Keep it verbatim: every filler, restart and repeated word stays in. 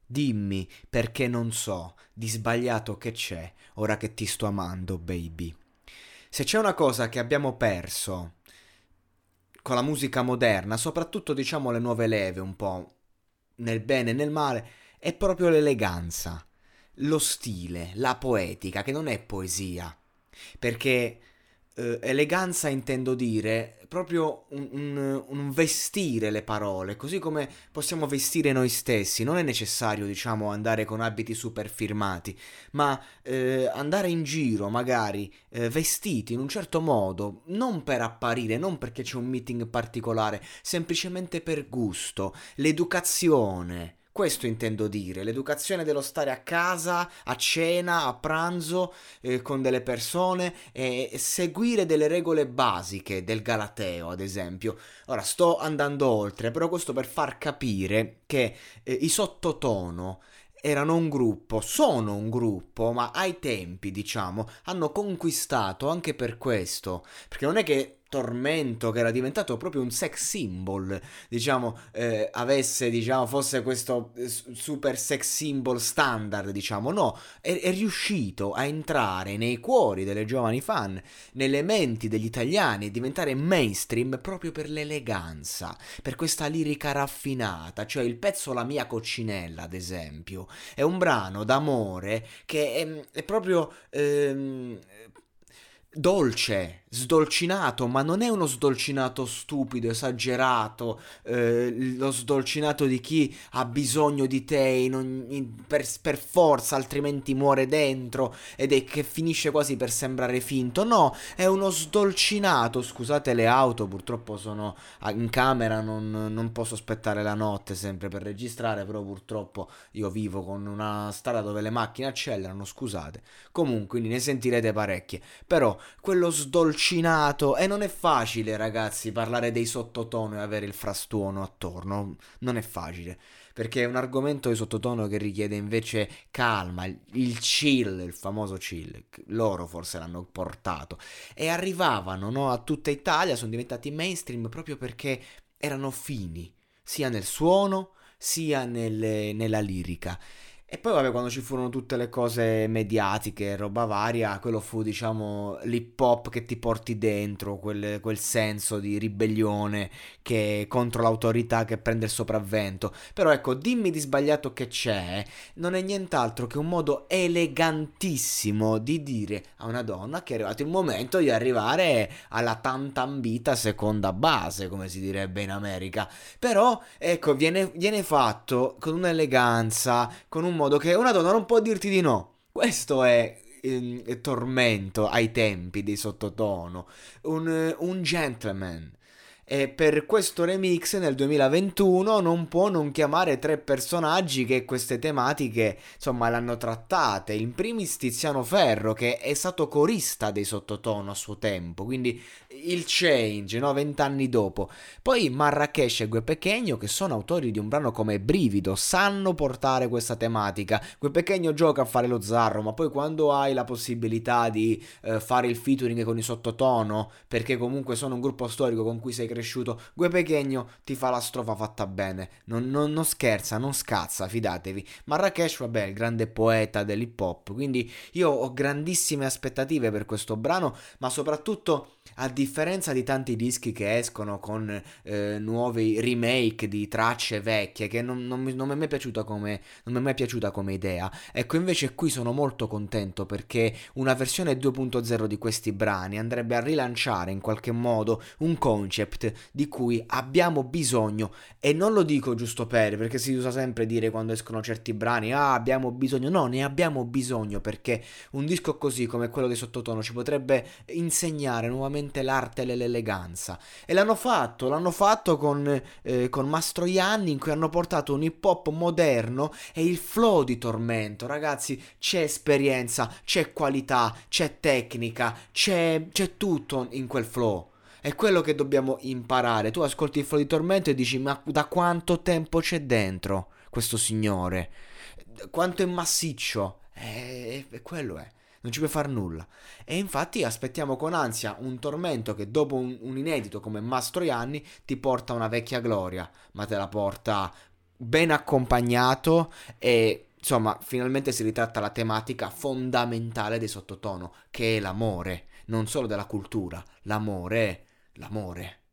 Dimmi perché non so di sbagliato che c'è ora che ti sto amando, baby. Se c'è una cosa che abbiamo perso con la musica moderna, soprattutto diciamo le nuove leve, un po' nel bene e nel male, è proprio l'eleganza, lo stile, la poetica, che non è poesia. Perché eh, eleganza intendo dire proprio un, un- un vestire le parole, così come possiamo vestire noi stessi. Non è necessario, diciamo, andare con abiti super firmati, ma eh, andare in giro, magari eh, vestiti in un certo modo, non per apparire, non perché c'è un meeting particolare, semplicemente per gusto. L'educazione. Questo intendo dire, l'educazione dello stare a casa, a cena, a pranzo, eh, con delle persone e seguire delle regole basiche del Galateo, ad esempio. Ora sto andando oltre, però questo per far capire che eh, i sottotono erano un gruppo, sono un gruppo, ma ai tempi, diciamo, hanno conquistato anche per questo, perché non è che Tormento, che era diventato proprio un sex symbol, diciamo, eh, avesse, diciamo, fosse questo eh, super sex symbol standard, diciamo, no, è, è riuscito a entrare nei cuori delle giovani fan, nelle menti degli italiani e diventare mainstream proprio per l'eleganza, per questa lirica raffinata, cioè il pezzo La mia coccinella, ad esempio, è un brano d'amore che è, è proprio ehm, dolce, sdolcinato, ma non è uno sdolcinato stupido, esagerato, eh, lo sdolcinato di chi ha bisogno di te in ogni- in- per, per forza, altrimenti muore dentro ed è che finisce quasi per sembrare finto. No, è uno sdolcinato. Scusate le auto, purtroppo sono a- in camera, non, non posso aspettare la notte sempre per registrare, però purtroppo io vivo con una strada dove le macchine accelerano, scusate. Comunque, quindi ne sentirete parecchie. Però quello sdolcinato e non è facile, ragazzi, parlare dei sottotono e avere il frastuono attorno, non è facile, perché è un argomento di sottotono che richiede invece calma, il, il chill, il famoso chill, loro forse l'hanno portato e arrivavano, no, a tutta Italia, sono diventati mainstream proprio perché erano fini, sia nel suono sia nelle- nella lirica. E poi vabbè, quando ci furono tutte le cose mediatiche, roba varia, quello fu, diciamo, l'hip hop che ti porti dentro, quel, quel senso di ribellione che contro l'autorità che prende il sopravvento. Però ecco, dimmi di sbagliato che c'è, non è nient'altro che un modo elegantissimo di dire a una donna che è arrivato il momento di arrivare alla tanta ambita seconda base, come si direbbe in America. Però, ecco, viene, viene fatto con un'eleganza, con un modo che una donna non può dirti di no. Questo è il tormento ai tempi dei sottotono. Un, un gentleman. E per questo remix nel duemilaventuno non può non chiamare tre personaggi che queste tematiche insomma l'hanno trattate. In primis Tiziano Ferro che è stato corista dei sottotono a suo tempo, quindi il change, no? Vent'anni dopo. Poi Marrakesh e Gue Pequeno che sono autori di un brano come Brivido, sanno portare questa tematica. Gue Pequeno gioca a fare lo zarro, ma poi quando hai la possibilità di eh, fare il featuring con i sottotono, perché comunque sono un gruppo storico con cui sei cresciuto, Gue Pequeno ti fa la strofa fatta bene. Non, non, non scherza, non scazza, fidatevi. Marrakesh, vabbè, il grande poeta dell'hip hop, quindi io ho grandissime aspettative per questo brano, ma soprattutto a differenza di tanti dischi che escono con eh, nuovi remake di tracce vecchie, che non, non mi, non mi è mai piaciuta come, non mi è mai piaciuta come idea, ecco invece qui sono molto contento perché una versione due punto zero di questi brani andrebbe a rilanciare in qualche modo un concept di cui abbiamo bisogno e non lo dico giusto per, perché si usa sempre dire quando escono certi brani, ah abbiamo bisogno, no, ne abbiamo bisogno perché un disco così come quello di Sottotono ci potrebbe insegnare nuovamente l'arte e l'eleganza. E l'hanno fatto, l'hanno fatto con, eh, con Mastroianni in cui hanno portato un hip hop moderno e il flow di Tormento. Ragazzi, c'è esperienza, c'è qualità, c'è tecnica, c'è, c'è tutto in quel flow. È quello che dobbiamo imparare. Tu ascolti il flow di Tormento e dici: ma da quanto tempo c'è dentro questo signore? Quanto è massiccio? E eh, quello è. Non ci puoi far nulla. E infatti aspettiamo con ansia un Tormento che dopo un, un inedito come Mastroianni ti porta una vecchia gloria, ma te la porta ben accompagnato e insomma finalmente si ritratta la tematica fondamentale dei Sottotono, che è l'amore, non solo della cultura, l'amore, l'amore.